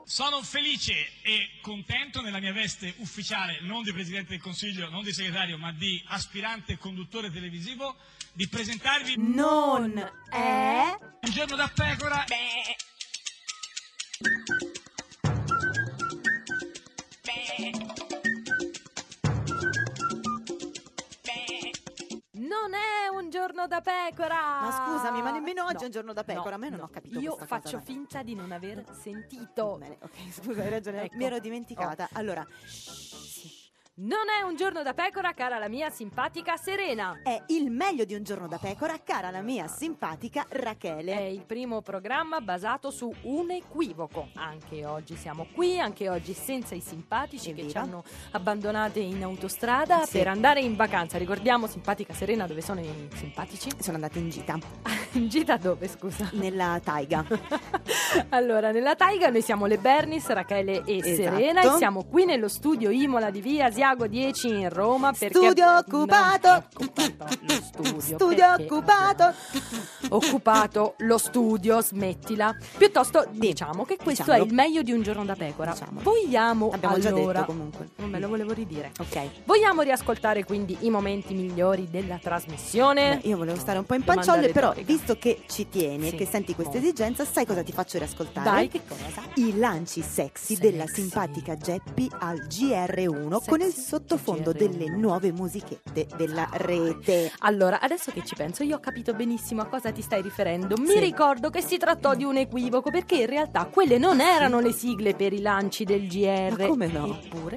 Sono felice e contento nella mia veste ufficiale, non di Presidente del Consiglio, non di segretario, ma di aspirante conduttore televisivo, di presentarvi Non è Un giorno da pecora. Non è un giorno da pecora. Ma scusami, ma nemmeno oggi No, è un giorno da pecora. no, A me non no. ho capito Io questa cosa, faccio dai. finta di non aver sentito. Bene, ok, scusa, hai ragione, Ecco. mi ero dimenticata. Allora, Non è un giorno da pecora, cara la mia simpatica Serena. è il meglio di un giorno da pecora, cara la mia simpatica È Rachele. il primo programma basato su un equivoco. Anche oggi siamo qui, anche oggi senza i simpatici che ci Evviva. hanno abbandonate in autostrada Sì. per andare in vacanza. Ricordiamo, simpatica Serena, dove sono i simpatici? Sono andata in gita, In gita dove, scusa? nella taiga. Allora, nella taiga noi siamo le Bernis, Rachele e Esatto. Serena, e siamo qui nello studio Imola di via Asiago 10 in Roma perché Studio occupato. lo studio Studio perché- occupato. occupato lo studio, smettila. Piuttosto diciamo che questo Diciamolo. è il meglio di un giorno da pecora. Diciamolo. Vogliamo Abbiamo già allora detto comunque. non me lo volevo ridire. Ok. Vogliamo riascoltare quindi i momenti migliori della trasmissione? Beh, io volevo stare un po' in Domanda panciolle, però retorica. visto che ci tieni e Sì. che senti questa Molto. esigenza, sai cosa ti faccio riascoltare? Dai, che cosa? I lanci sexy della simpatica Geppi al GR1 con il Sexy sottofondo GR1. delle nuove musichette della rete. Allora, adesso che ci penso, io ho capito benissimo a cosa ti stai riferendo. Mi Sì. ricordo che si trattò di un equivoco, perché in realtà quelle non erano le sigle per i lanci del GR. Ma come no? Eppure,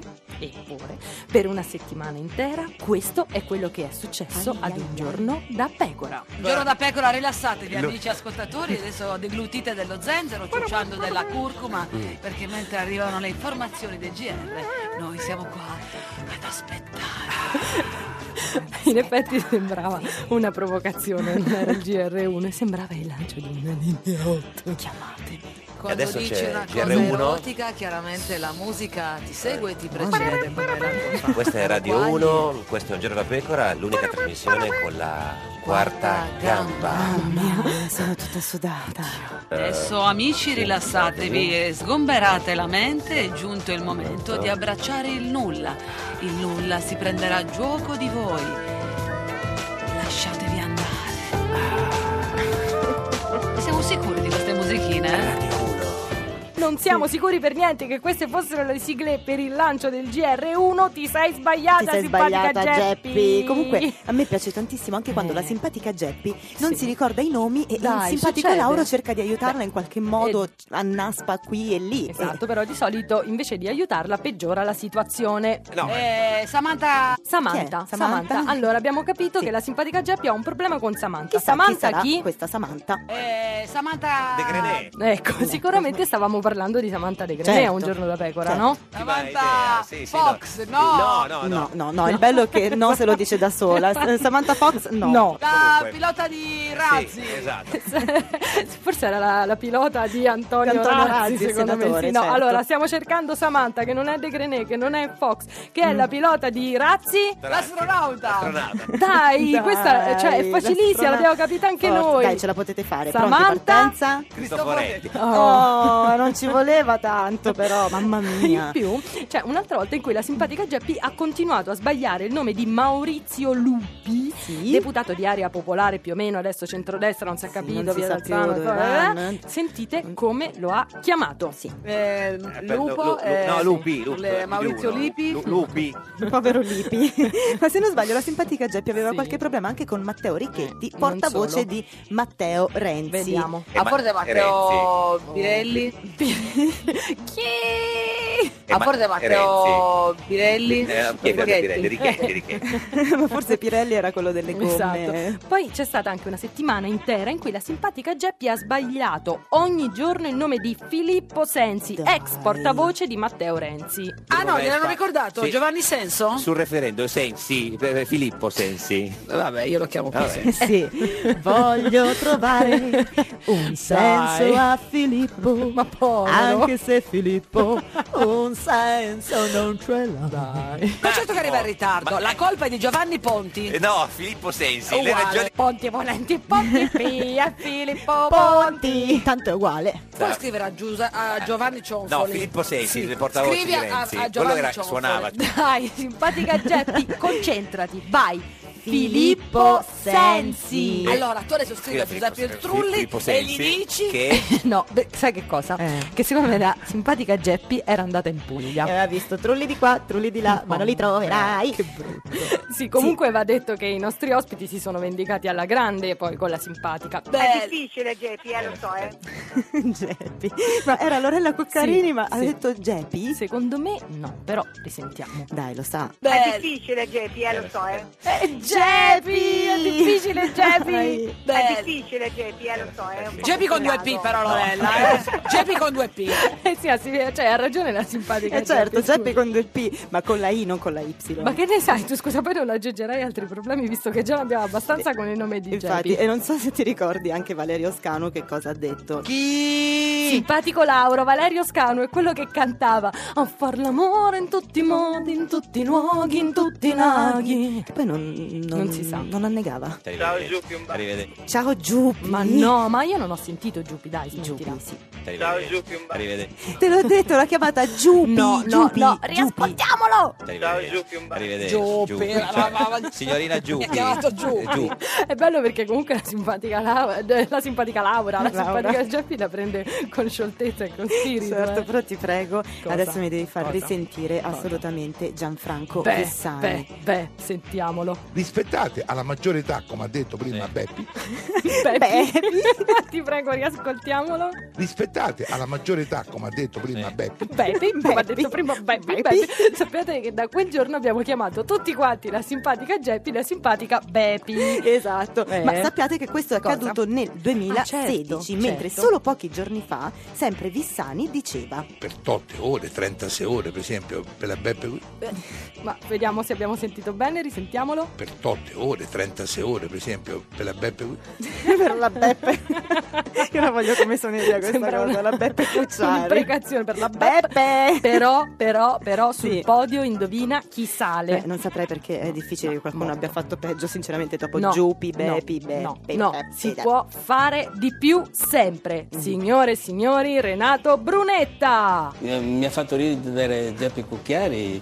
per una settimana intera, questo è quello che è successo Ai, ad ai, un ai. giorno da pecora. Un giorno da pecora, rilassatevi amici ascoltatori, adesso deglutite dello zenzero, ciucciando della curcuma, perché mentre arrivano le informazioni del GR, noi siamo qua ad aspettare. In effetti sembrava una provocazione, non era il GR1, sembrava il lancio di una linea 8. Chiamatemi. Quando adesso dici c'è una cosa GR1. erotica, chiaramente la musica ti segue e ti precede. come racconto. Questa è Radio Quali? 1, questo è Un giorno da pecora, l'unica trasmissione con la quarta gamba. Mamma mia, sono tutta sudata. Adesso amici rilassatevi e sgomberate la mente, è giunto il momento di abbracciare il nulla. Il nulla si prenderà gioco di voi. Lasciatevi andare. Siamo sicuri di queste musichine? Radio 1. Non siamo sicuri per niente che queste fossero le sigle per il lancio del GR1. Ti sei sbagliata, Ti sei simpatica sbagliata, Geppi. Comunque a me piace tantissimo anche quando la simpatica Geppi non Sì. si ricorda i nomi e Dai, il simpatico succede. Lauro cerca di aiutarla in qualche modo, annaspa qui e lì. Esatto, però di solito invece di aiutarla peggiora la situazione. No, Samantha, Samantha, Chi è? Samantha? Allora abbiamo capito Sì. che la simpatica Geppi ha un problema con Samantha. Chissà Samantha chi sarà chi? questa Samantha. Samantha De Grenet. Ecco, sicuramente stavamo parlando di Samantha De Grenet, Certo. a un giorno da pecora, Certo. no? Samantha Sì, Fox, no. No, il bello è che no se lo dice da sola. Samantha Fox no. No. la Comunque. pilota di Razzi. Sì, esatto. Forse era la pilota di Antonio, Di Antonio Razzi, Razzi, secondo me. senatore, Sì, no. certo. Allora, stiamo cercando Samantha, che non è De Grenet, che non è Fox, che è la pilota di Razzi. L'astronauta. Dai, questa cioè, è facilissima, l'abbiamo capita anche Forza, noi. Dai, ce la potete fare. Pronti, Samantha? partenza? Cristoforetti. Oh, non ci voleva tanto però, mamma In mia. più, c'è un'altra volta in cui la simpatica Geppi ha continuato a sbagliare il nome di Maurizio Lupi, Sì. deputato di Area Popolare più o meno, adesso centrodestra, non si è capito, non si via sa dal più Zano, dove vanno. Sentite come lo ha chiamato. Sì. Lupo, Lupi. Maurizio Lipi. Lupi. Povero Lipi. Ma se non sbaglio la simpatica Geppi aveva Sì. qualche problema anche con Matteo Ricchetti, Non portavoce solo. di Matteo Renzi. Vediamo. A forse Matteo Pirelli. Chi? A forse Matteo Pirelli. Chi è Pirelli? Richetti. Ma forse Pirelli era quello delle gomme. Esatto. Poi c'è stata anche una settimana intera in cui la simpatica Geppi ha sbagliato ogni giorno il nome di Filippo Sensi, Dai. ex portavoce di Matteo Renzi. Ah no, gliel'hanno ricordato? Sì. Giovanni Senso? Sul referendum Sensi, Filippo Sensi. Vabbè, io lo chiamo così. Vabbè. Sì, voglio trovare un senso a Filippo. Ma povero. Anche se Filippo un senso non ce l'ha. Dai. Concetto che arriva in ritardo. La colpa è di Giovanni Ponti. No, Filippo Sensi, le Uguale. ragioni... Ponti volenti, Ponti via, Filippo Ponti, tanto è uguale. Puoi scrivere a Giovanni Cionfoli. No, Filippo Sensi, il portavoce Scrivi di a Renzi. Giovanni Quello era, Cionfoli. suonava. Dai, simpatica Geppi, concentrati, vai. Filippo Sensi. Allora, tu adesso scrivi a Scrivi a Giuseppe Filippo Trulli Filippo e Sensi, gli dici che... No, sai che cosa? Che secondo me la simpatica Geppi era andata in Puglia. Aveva visto trulli di qua, trulli di là, ma non li troverai. Che brutto. Sì, comunque va detto che i nostri ospiti si sono vendicati alla grande poi con la simpatica. È difficile, Geppi, lo so, Geppi. Ma era Lorella Cuccarini, Sì, ma ha sì. detto Geppi? Secondo me no, però risentiamo. Dai, lo sa. È difficile, Geppi, lo so, Geppi, è difficile Geppi. Dai. È difficile, Geppi, lo so, un po' Geppi con 2 P complicato. però Lorella. Geppi con 2 P. Cioè ha ragione la simpatica Certo, Geppi, Geppi scusa. con 2 P, ma con la I, non con la Y. Ma che ne sai tu, scusa, poi non aggiungerai altri problemi visto che già ne abbiamo abbastanza con il nome di Infatti, Geppi. e non so se ti ricordi anche Valerio Scanu che cosa ha detto. Chi? Simpatico Lauro, Valerio Scanu è quello che cantava a far l'amore in tutti i modi, in tutti i luoghi, in tutti i laghi. Che poi non si sa. Non annegava. Ciao Giuppi, arrivederci. Ciao Giuppi. Ma no, ma io non ho sentito Giuppi, dai, smettila. Giuppi, sì. Ciao Giuppi, arrivederci. Te l'ho detto, l'ha chiamata Giuppi. No, Giuppi, no, Giuppi. riascoltiamolo! Ciao Giuppi, arrivederci. Giuppi, Signorina Giuppi. Mi ha chiamato Giuppi. È bello perché comunque la simpatica Laura, la Laura. simpatica Geppi la prende con scioltezza e con spirito. Certo, però ti prego, Cosa? adesso mi devi far Cosa? risentire Cosa? assolutamente Gianfranco Vessani. Sentiamolo. Rispettate alla maggiore età, come ha detto prima Beppi, Ti prego, riascoltiamolo. rispettate alla maggiore età, come ha detto prima Beppi, Beppi, come ha detto prima Beppi. Sapete che da quel giorno abbiamo chiamato tutti quanti la simpatica Geppi, la simpatica Beppi. Esatto, ma sappiate che questo è Cosa? accaduto nel 2016, mentre certo. solo pochi giorni fa sempre Vissani diceva: per 8 ore, 36 ore per esempio, per la Beppe, Ma vediamo se abbiamo sentito bene, risentiamolo. per 8 ore, 36 ore per esempio, per la Beppe, per la Beppe. Io la voglio come suoneria questa Sembra cosa, la Beppe Cucciari. un'imprecazione per la Beppe. Però sul Sì. podio indovina chi sale. Non saprei perché è difficile che qualcuno abbia fatto peggio, sinceramente, dopo No, Giuppi, no, Beppi, no, Beppi. no, si può fare di più sempre. Signore e signori, Renato Brunetta. Mi ha fatto ridere Geppi Cucchiari.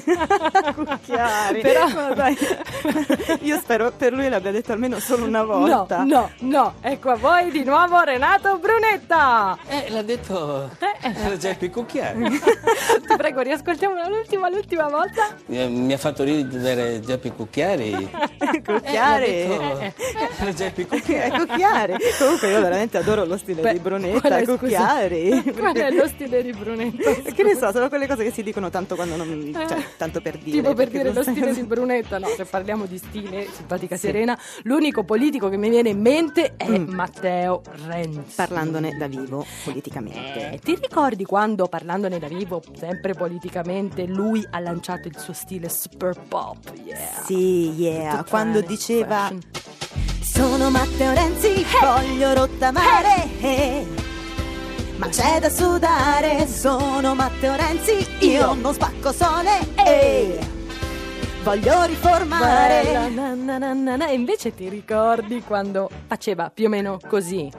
Chiari. Però- Ma dai, io spero per lui l'abbia detto almeno solo una volta. No, ecco a voi di nuovo Renato Brunetta. L'ha detto Geppi Cucchiari. Ti prego, riascoltiamola l'ultima volta. Mi ha fatto ridere Geppi Cucchiari. Cucchiari. Geppi Cucchiari. Cucchiari. Comunque io veramente adoro lo stile Beh, di qual Brunetta, è, scusa? Cucchiari. Qual è lo stile di Brunetta? Che ne so, sono quelle cose che si dicono tanto quando non... cioè, tanto per dire. Tipo per perché dire lo non- stile di Brunetta, no, se parliamo di stile, simpatica Serena, l'unico politico che mi viene in mente è Matteo Renzi. Parlandone da vivo, politicamente. Ti ricordi quando, parlandone da vivo, sempre politicamente, lui ha lanciato il suo stile super pop? Yeah. Sì, yeah, Tutto quando tranne diceva: fashion. sono Matteo Renzi, voglio rottamare, ma c'è da sudare. Sono Matteo Renzi, io non spacco sole, voglio riformare. E invece ti ricordi quando faceva più o meno così?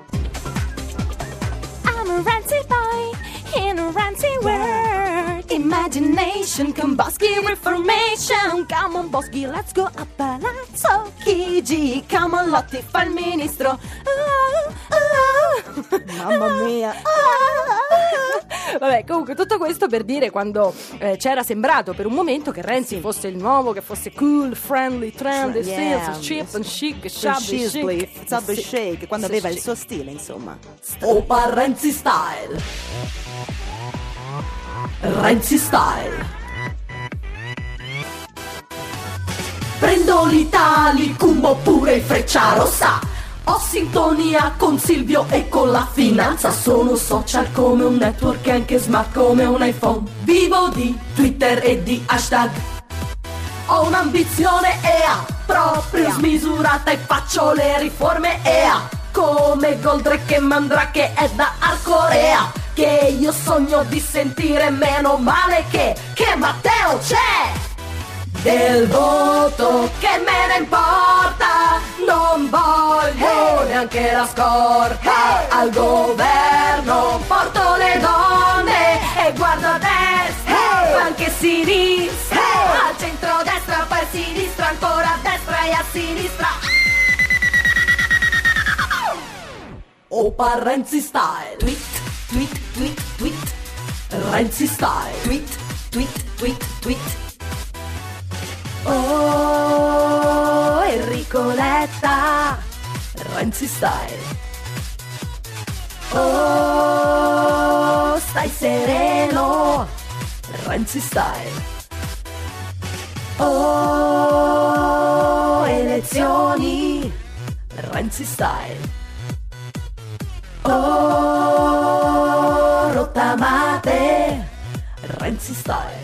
I'm a Renzi boy in a Renzi world. Imagination con Boschi Reformation. Come on Boschi, let's go a palazzo Chigi. Come on Lotti fa il ministro. Mamma mia. Vabbè, comunque tutto questo per dire quando c'era sembrato per un momento che Renzi fosse il nuovo, che fosse cool, friendly, trendy, Yeah. cheap and chic, shabby chic. Subway Sì. Shake, quando Sì, aveva sì. il suo stile, insomma. Opa Renzi style. Renzi style. Prendo l'Italicum oppure il Frecciarossa. Ho sintonia con Silvio e con la finanza. Sono social come un network e anche smart come un iPhone. Vivo di Twitter e di hashtag. Ho un'ambizione EA proprio smisurata e faccio le riforme EA come Goldrake e Mandrake è da Arcorea. che io sogno di sentire, meno male che Matteo c'è. Del voto che me ne importa, non voglio neanche la scorta. Al governo porto le donne e guardo a destra, anche a sinistra, al centro-destra, poi a sinistra, ancora a destra e a sinistra. Opa Renzi style. Tweet, tweet, tweet, tweet. Renzi style. Tweet, tweet, tweet, tweet. Oh, Enrico Letta, Renzi style. Oh, stai sereno, Renzi style. Oh, elezioni, Renzi style. Oh, rottamate, Renzi style.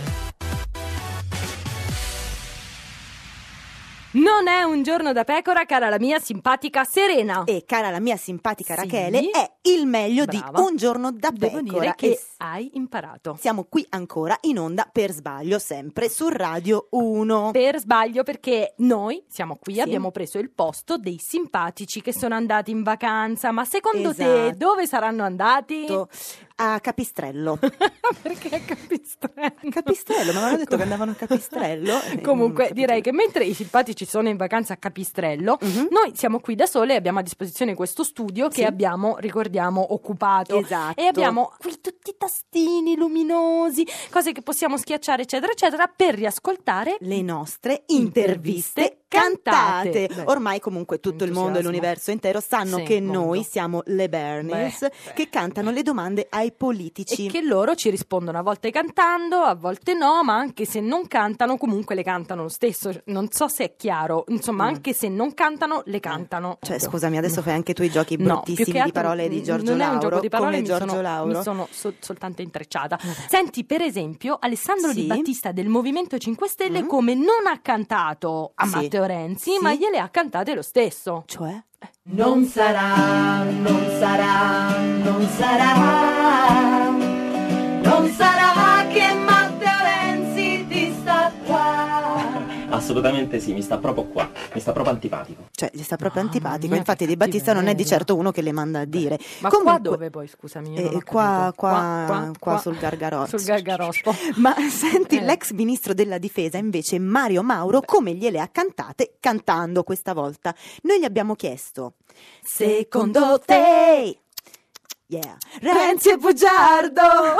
Non è un giorno da pecora, cara la mia simpatica Serena. E cara la mia simpatica Sì. Rachele, è il meglio Brava. di Un giorno da Devo pecora. dire che E hai imparato. siamo qui ancora in onda per sbaglio, sempre su Radio 1. Per sbaglio, perché noi siamo qui, Sì. abbiamo preso il posto dei simpatici che sono andati in vacanza. Ma secondo te Esatto. dove saranno andati? A Capistrello. Perché a Capistrello? Capistrello, ma avevano detto che andavano a Capistrello. Comunque direi che mentre i simpatici sono in vacanza a Capistrello, noi siamo qui da sole e abbiamo a disposizione questo studio che Sì. abbiamo, ricordiamo, occupato. Esatto. E abbiamo qui tutti i tastini luminosi, cose che possiamo schiacciare, eccetera, eccetera, per riascoltare Le nostre interviste interviste cantate. cantate. Beh, Ormai comunque tutto il mondo e entusiasmo. l'universo intero sanno Sì, che mondo. noi siamo le Bernies Beh. che cantano le domande ai politici. e che loro ci rispondono a volte cantando, a volte no, ma anche se non cantano comunque le cantano lo stesso. Non so se è chiaro, insomma, anche se non cantano le cantano. Cioè, scusami, adesso fai anche tu i giochi No, più bruttissimi che di altro parole di Giorgio non Lauro, è un gioco di parole, come mi Giorgio sono, Lauro. mi sono soltanto intrecciata. Senti, per esempio, Alessandro Sì. Di Battista del Movimento 5 Stelle come non ha cantato a Sì. Matteo Renzi, Sì. ma gliele ha cantate lo stesso. Cioè? Non sarà, non sarà, non sarà, non sarà che Matteo Renzi ti sta qua. Assolutamente sì, mi sta proprio qua, mi sta proprio antipatico. Cioè, gli sta proprio Mamma antipatico. mia, Infatti che Di Battista non è di cattiveria. certo uno che le manda a dire. Ma Comunque, qua dove poi, scusami? Io non ho qua, capito. qua sul Gargarozzo. Sul Gargarospo. Ma senti, Eh. l'ex ministro della difesa invece Mario Mauro come gliele ha cantate cantando questa volta. Noi gli abbiamo chiesto: secondo te Renzi è bugiardo?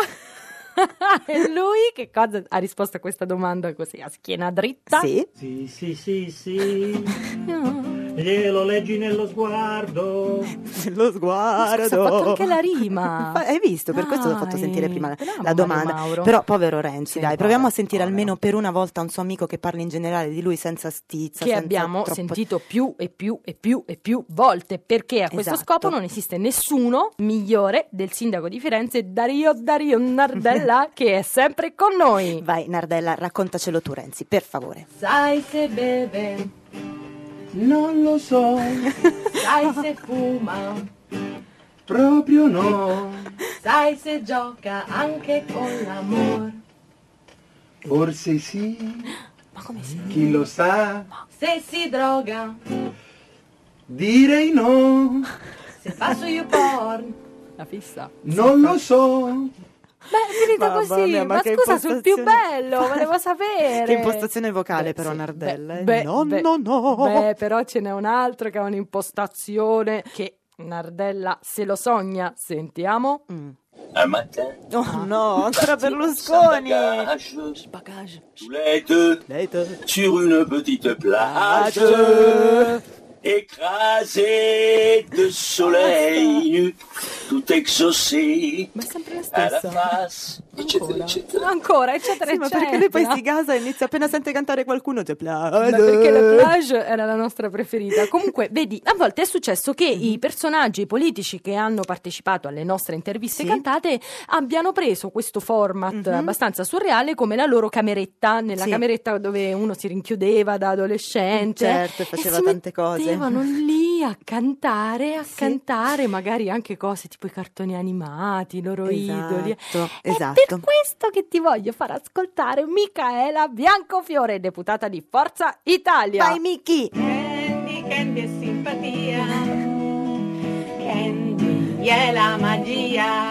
E lui che cosa ha risposto a questa domanda così a schiena dritta? Sì. Sì, glielo leggi nello sguardo. Lo sguardo. Scusa, ha fatto anche la rima. Hai visto? Per questo ho fatto Dai, sentire prima bravo la Mario domanda. Mauro. Però povero Renzi, Sì, dai, proviamo a povero, sentire povero. almeno per una volta un suo amico che parli in generale di lui senza stizza. Che senza abbiamo troppo- sentito più e più e più e più volte, perché a questo Esatto. scopo non esiste nessuno migliore del sindaco di Firenze Dario Nardella, che è sempre con noi. Vai Nardella, raccontacelo tu Renzi, per favore. Sai se beve, Non lo so, sai se fuma, proprio no. sai se gioca anche con l'amor. Forse sì, Ma come si? chi lo sa, Se si droga, direi no. se fa su YouPorn, La fissa. Non lo so. Beh, è finita Mamma così. mia, ma ma che scusa, sul più impostazione. bello, volevo sapere. Che impostazione vocale però sì. Nardella. No. No. Beh, però ce n'è un altro che ha un'impostazione che Nardella se lo sogna. Sentiamo. Un matin, Oh no, ancora Berlusconi. bagage, tous les deux, sur une petite plage, écrasé de soleil nu, tout exaucé, Ma è sempre la à la stessa. face, eccetera, eccetera. Ancora, eccetera, Sì, ma eccetera. perché lui poi si gasa e inizia appena sente cantare qualcuno Beh, perché la plage era la nostra preferita. Comunque, vedi, a volte è successo che i personaggi, i politici che hanno partecipato alle nostre interviste Sì. cantate abbiano preso questo format abbastanza surreale come la loro cameretta, nella Sì. cameretta dove uno si rinchiudeva da adolescente Certo, e faceva si tante cose. mettevano lì lì a cantare, magari anche cose tipo i cartoni animati, i loro idoli. Esatto. È per questo che ti voglio far ascoltare Micaela Biancofiore, deputata di Forza Italia. Vai Miki! Candy, Candy è simpatia, Candy è la magia,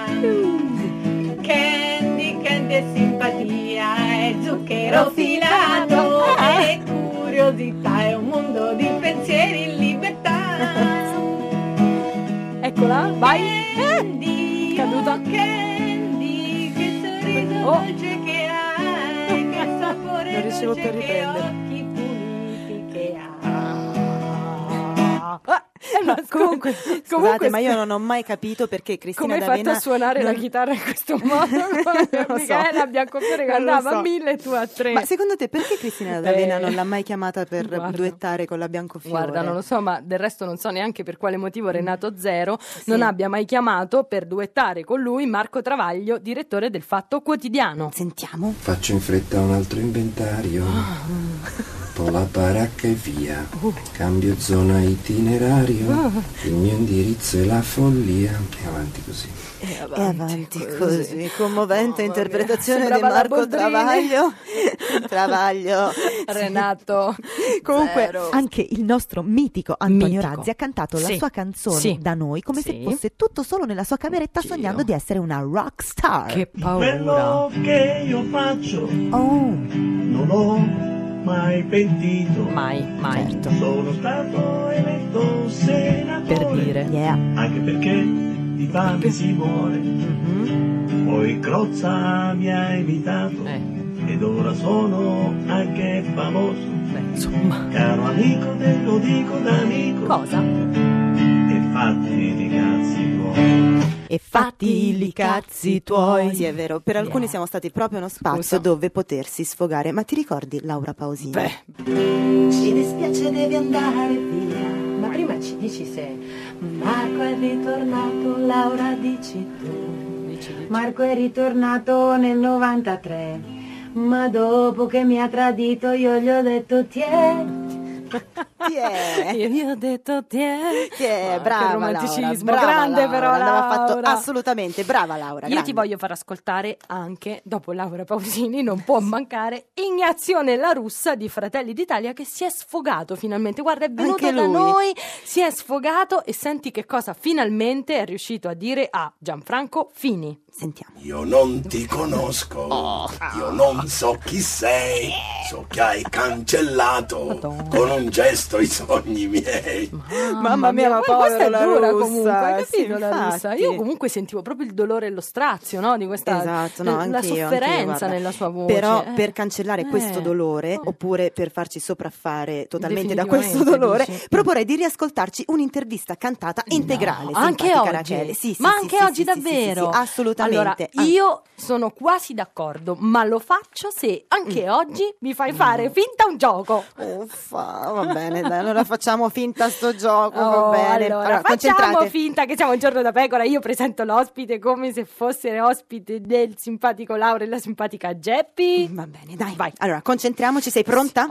Candy, Candy è simpatia, è zucchero filato, è curiosità, è un mondo di pensieri in libertà. Eccola, vai! Candy, caduta. oh Candy, che sorriso dolce che hai, che sapore non riuscivo dolce più a che riprendere. occhi puliti che hai. Comunque, scusate, ma io non ho mai capito perché Cristina come hai fatto D'Avena a suonare la chitarra in questo modo? Micaela Biancofiore che andava a 1000 e tu a 3. Ma secondo te perché Cristina D'Avena non l'ha mai chiamata per duettare con la Biancofiore? Guarda, non lo so, ma del resto non so neanche per quale motivo Renato Zero non abbia mai chiamato per duettare con lui Marco Travaglio, direttore del Fatto Quotidiano. Sentiamo. Faccio in fretta un altro inventario. Po' la baracca e via. Cambio zona itinerario. Il mio indirizzo è la follia. E avanti così. E avanti così. Commovente interpretazione di sembrava la Marco Boldrini. Travaglio. Renato Comunque Zero. anche il nostro mitico Antonio Mitico. Razzi ha cantato la Sì. sua canzone Sì. da noi come se Sì. fosse tutto solo nella sua cameretta sognando di essere una rock star. Che Quello che io faccio Oh, non ho mai pentito. Mai. certo. Sono stato eletto senatore. Per dire. Yeah. Anche perché di fame si muore. Poi Crozza mi ha evitato. Ed ora sono anche famoso. Insomma. Caro amico, te lo dico da amico. Cosa? E fatti di cazzi tuoi. E fatti i cazzi tuoi. Sì, è vero, per alcuni siamo stati proprio uno spazio dove potersi sfogare. Ma ti ricordi Laura Pausini? Ci dispiace, devi andare via, ma prima ci dici se Marco è ritornato, Laura dici tu. Marco è ritornato nel 93, ma dopo che mi ha tradito io gli ho detto tiè. Tiè. Io ho detto tiè. Tiè, Ah, brava che romanticismo, Laura, brava grande Laura, però andava fatto Laura. assolutamente, brava Laura. Io grande. ti voglio far ascoltare anche, dopo Laura Pausini, non può mancare Ignazione La Russa di Fratelli d'Italia che si è sfogato finalmente. Guarda, è venuto Anche da lui. noi, si è sfogato e senti che cosa finalmente è riuscito a dire a Gianfranco Fini. Sentiamo. Io non ti conosco, io non so chi sei, so che hai cancellato con un gesto i sogni miei. Mamma mia, ma questa povero è la dura Russa, comunque, hai sì, capito la infatti. Russa? Io comunque sentivo proprio il dolore e lo strazio, no? Di questa Esatto, no, la anch'io, sofferenza guarda. nella sua voce. Però per cancellare questo dolore, oppure per farci sopraffare totalmente da questo dolore, dici? proporrei di riascoltarci un'intervista cantata integrale. Anche simpatica oggi, Rachele. Sì, ma sì, anche sì, oggi sì, davvero. sì, assolutamente. Allora, io sono quasi d'accordo, ma lo faccio se anche oggi mi fai fare finta un gioco. Uffa, va bene, dai, allora facciamo finta sto gioco, va Oh, bene. allora, facciamo concentrate. finta che siamo un giorno da pecora. Io presento l'ospite come se fosse ospite del simpatico Laura e la simpatica Geppi. Va bene, dai, vai. Allora, concentriamoci, sei pronta?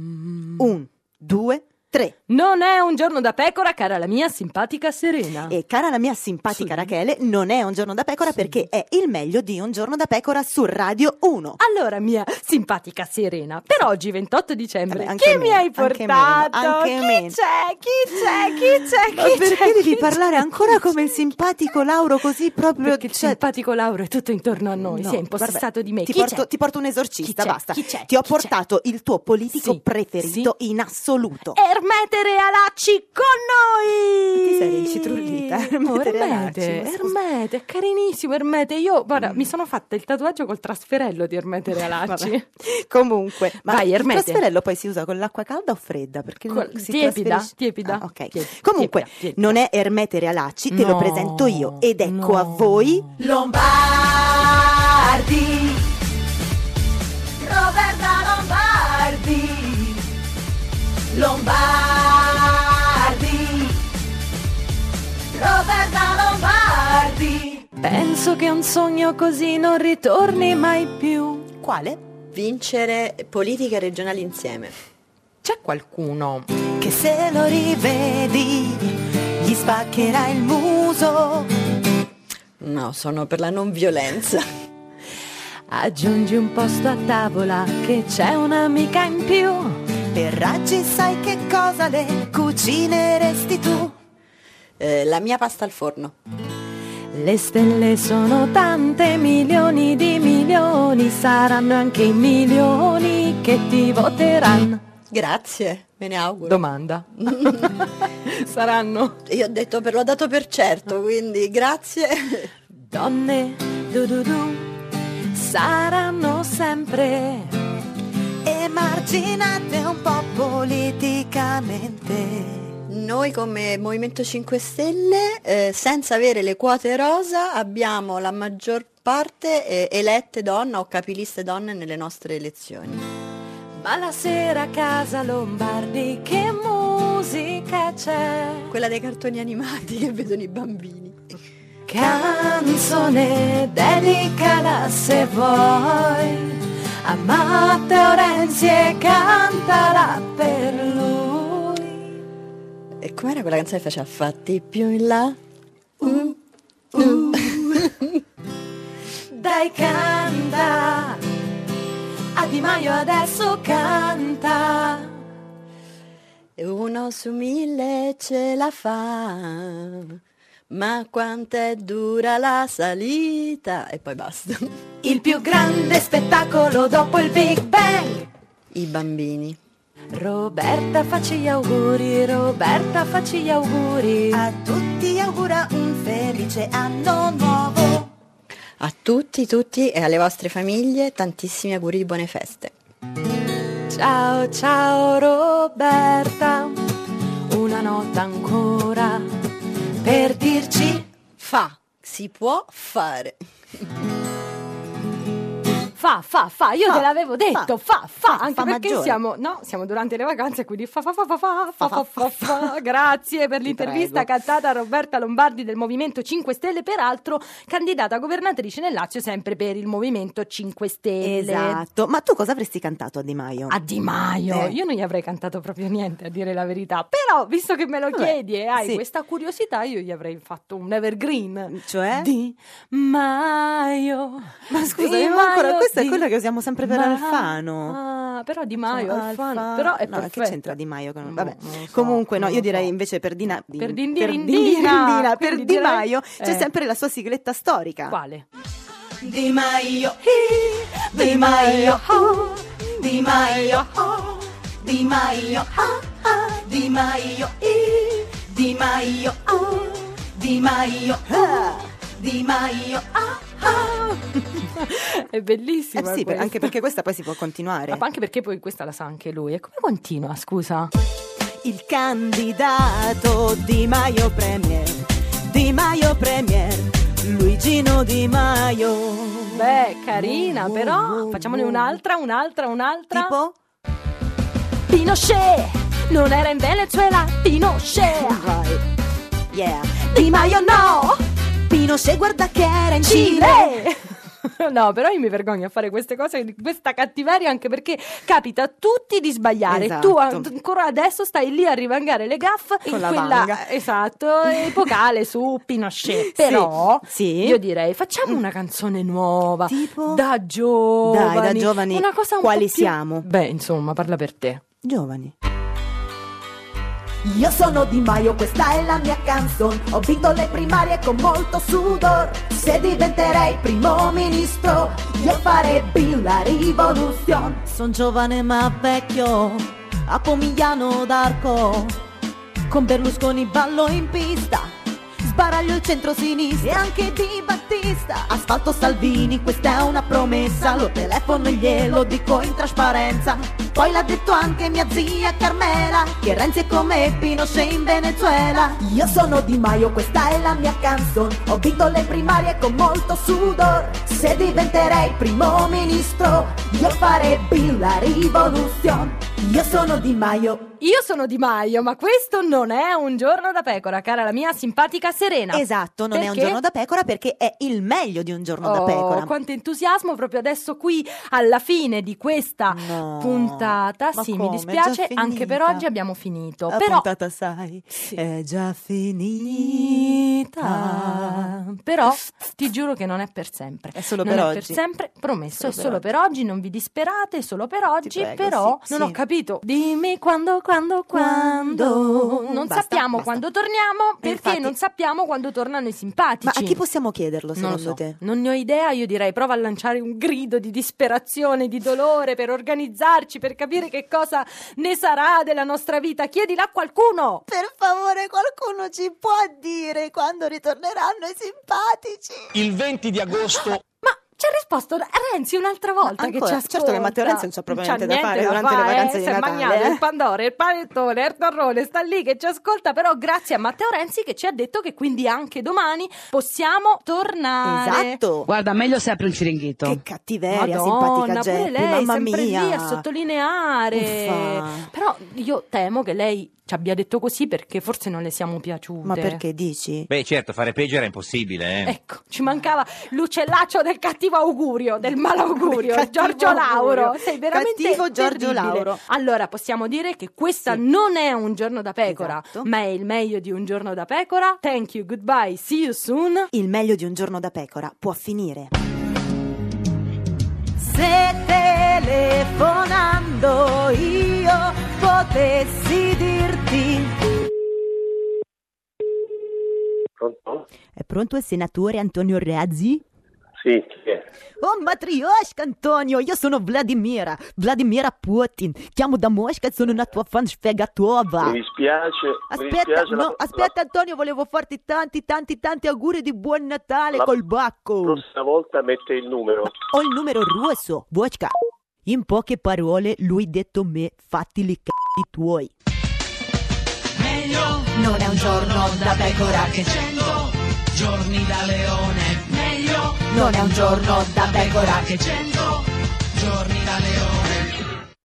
1, 2, 3. Non è un giorno da pecora, cara la mia simpatica Serena. E cara la mia simpatica Rachele, non è un giorno da pecora perché è il meglio di un giorno da pecora su Radio 1. Allora, mia simpatica Serena, per oggi 28 dicembre, anche chi meno, mi hai anche portato? meno, anche chi meno. c'è? Chi c'è? Ma perché devi parlare ancora come il simpatico Lauro così proprio? Perché il simpatico Lauro è tutto intorno a noi, No, si è impossessato di me. Ti Chi porto, c'è? ti porto un esorcista, Chi c'è? basta. Chi c'è? Ti ho Chi c'è? portato il tuo politico Sì, preferito in assoluto. Ermete Realacci con noi! Ti sei rincitrullita, Ermete Realacci, ma scusa. Ermete, è carinissimo Ermete. Io, guarda, mi sono fatta il tatuaggio col trasferello di Ermete Realacci. Vabbè. Comunque, ma Vai, il Ermete. trasferello poi si usa con l'acqua calda o fredda? Perché si Tiepida, trasferisce- tiepida. Ah, ok. Tiepida, Comunque, tiepida. non è Ermete Realacci, te lo No, presento io. Ed ecco no. a voi Lombardi, Roberta Lombardi, Lombardi, Roberta Lombardi. Penso che un sogno così non ritorni mai più. Quale? Vincere politiche regionali insieme. C'è qualcuno che se lo rivedi gli spaccherà il muso. No, sono per la non violenza. Aggiungi un posto a tavola che c'è un'amica in più. Per raggi sai che cosa le cucineresti tu? La mia pasta al forno. Le stelle sono tante, milioni di milioni, saranno anche i milioni che ti voteranno. Grazie, me ne auguro. Domanda. Saranno? Io ho detto l'ho dato per certo, quindi grazie. Donne, saranno sempre emarginate un po' politicamente. Noi come Movimento 5 Stelle, senza avere le quote rosa, abbiamo la maggior parte elette donna o capiliste donne nelle nostre elezioni. Ma la sera a casa Lombardi che musica c'è? Quella dei cartoni animati che vedono i bambini. Canzone dedicala se vuoi a Matteo Renzi e cantala per lui. E com'era quella canzone che faceva fatti più in là? Dai canta, a Di Maio adesso canta. E 1 su 1000 ce la fa, ma quanto è dura la salita. E poi basta. Il più grande spettacolo dopo il Big Bang. I bambini. Roberta facci gli auguri, Roberta facci gli auguri. A tutti augura un felice anno nuovo. A tutti e alle vostre famiglie tantissimi auguri di buone feste. Ciao ciao Roberta, una nota ancora per dirci si può fare. Fa, io te l'avevo detto, anche perché maggiore. siamo durante le vacanze, quindi fa. Grazie per l'intervista cantata a Roberta Lombardi del Movimento 5 Stelle, peraltro candidata governatrice nel Lazio sempre per il Movimento 5 Stelle. Esatto, ma tu cosa avresti cantato a Di Maio? A Di Maio? Io non gli avrei cantato proprio niente, a dire la verità, però visto che me lo chiedi e hai questa curiosità, io gli avrei fatto un evergreen. Cioè? Di Maio. Ma scusa, Di Maio, questo è quello che usiamo sempre per Alfano. Però Di Maio, Alfano, però è perfetto. Che c'entra Di Maio? Vabbè, comunque io direi invece per Di Maio c'è sempre la sua sigletta storica. Quale? Di Maio, Di Maio, Di Maio, Di Maio, Di Maio, Di Maio, Di Maio, Di Maio, È bellissima. Sì, anche perché questa poi si può continuare. Ma anche perché poi questa la sa anche lui. E come continua, scusa? Il candidato Di Maio Premier, Di Maio Premier, Luigino Di Maio. Beh, carina, però facciamone un'altra. Tipo? Pinochet, non era in Venezuela, Pinochet. Right. Yeah. Di Maio no, Pinochet guarda che era in Cile. No, però io mi vergogno a fare queste cose, questa cattiveria, anche perché capita a tutti di sbagliare. Esatto. Tu ancora adesso stai lì a rivangare le gaffe con in la vanga. Esatto, epocale su Pinochet. Però sì. Io direi facciamo una canzone nuova, tipo da giovani. Dai, da giovani. Una cosa un quali po' più... siamo? Beh, insomma, parla per te. Giovani. Io sono Di Maio, questa è la mia canzone. Ho vinto le primarie con molto sudor. Se diventerei primo ministro, io farebbe la rivoluzione. Son giovane ma vecchio, a Pomigliano d'Arco, con Berlusconi ballo in pista, sbaraglio il centro-sinistra e anche Di Battista. Asfalto Salvini, questa è una promessa, lo telefono e glielo dico in trasparenza. Poi l'ha detto anche mia zia Carmela, che Renzi è come Pinochet in Venezuela. Io sono Di Maio, questa è la mia canzone. Ho vinto le primarie con molto sudor. Se diventerei primo ministro, io farebbe la rivoluzione. Io sono Di Maio. Io sono Di Maio, ma questo non è un giorno da pecora, cara la mia simpatica Serena. Esatto, non è un giorno da pecora perché è il meglio di un giorno da pecora. Quanto entusiasmo proprio adesso qui alla fine di questa puntata. Ma Sì, come? mi dispiace, È già anche per finita? oggi abbiamo finito. La Però puntata, sai, è già finita. Però ti giuro che non è per sempre. È solo non per è oggi. per sempre, promesso, è Solo solo per oggi, non vi disperate, è solo per oggi, prego, però sì, non sì. ho capito. Dimmi quando. Non Basta, sappiamo basta. quando torniamo, perché Infatti- non sappiamo quando tornano i simpatici. Ma a chi possiamo chiederlo, Non lo secondo so, te? non ne ho idea, io direi prova a lanciare un grido di disperazione, di dolore per organizzarci, per capire che cosa ne sarà della nostra vita. Chiedila a qualcuno! Per favore, qualcuno ci può dire quando ritorneranno i simpatici? Il 20 di agosto. Ci ha risposto Renzi un'altra volta che Ancora? ci ascolta. Certo che Matteo Renzi non c'ha proprio c'ha niente da fare durante fare, le vacanze di si è Natale, mangiato eh? il pandoro, il panettone, il torrone, sta lì che ci ascolta, però grazie a Matteo Renzi che ci ha detto che quindi anche domani possiamo tornare. Esatto. Guarda, meglio se apri un ciringhito. Che cattiveria, Madonna, simpatica pure Geppi, lei mamma sempre mia. lì a sottolineare. Uffa. Però io temo che lei ci abbia detto così perché forse non le siamo piaciute. Ma perché dici? Beh, certo, fare peggio era impossibile, Ecco, ci mancava l'uccellaccio del cattivo augurio, del malaugurio, Cattivo Giorgio Lauro. augurio. Sei veramente Cattivo Giorgio terribile. Lauro. Allora, possiamo dire che questa non è un giorno da pecora, Esatto. ma è il meglio di un giorno da pecora. Thank you, goodbye, see you soon. Il meglio di un giorno da pecora può finire. Se telefonando io potessi dirti. Pronto? È pronto il senatore Antonio Razzi? Sì, chi è? Oh, Matrioshka Antonio, io sono Vladimira Putin. Chiamo da Mosca e sono una tua fan sfegatova. Mi dispiace. Aspetta Antonio, volevo farti tanti auguri di buon Natale col bacco. La prossima volta mette il numero. Ho il numero russo, Vochka. In poche parole, lui detto me, fatti li c***i tuoi. Meglio non è un giorno da pecora che 100 giorni da leone. Meglio non è un giorno da pecora che 100 giorni da leone.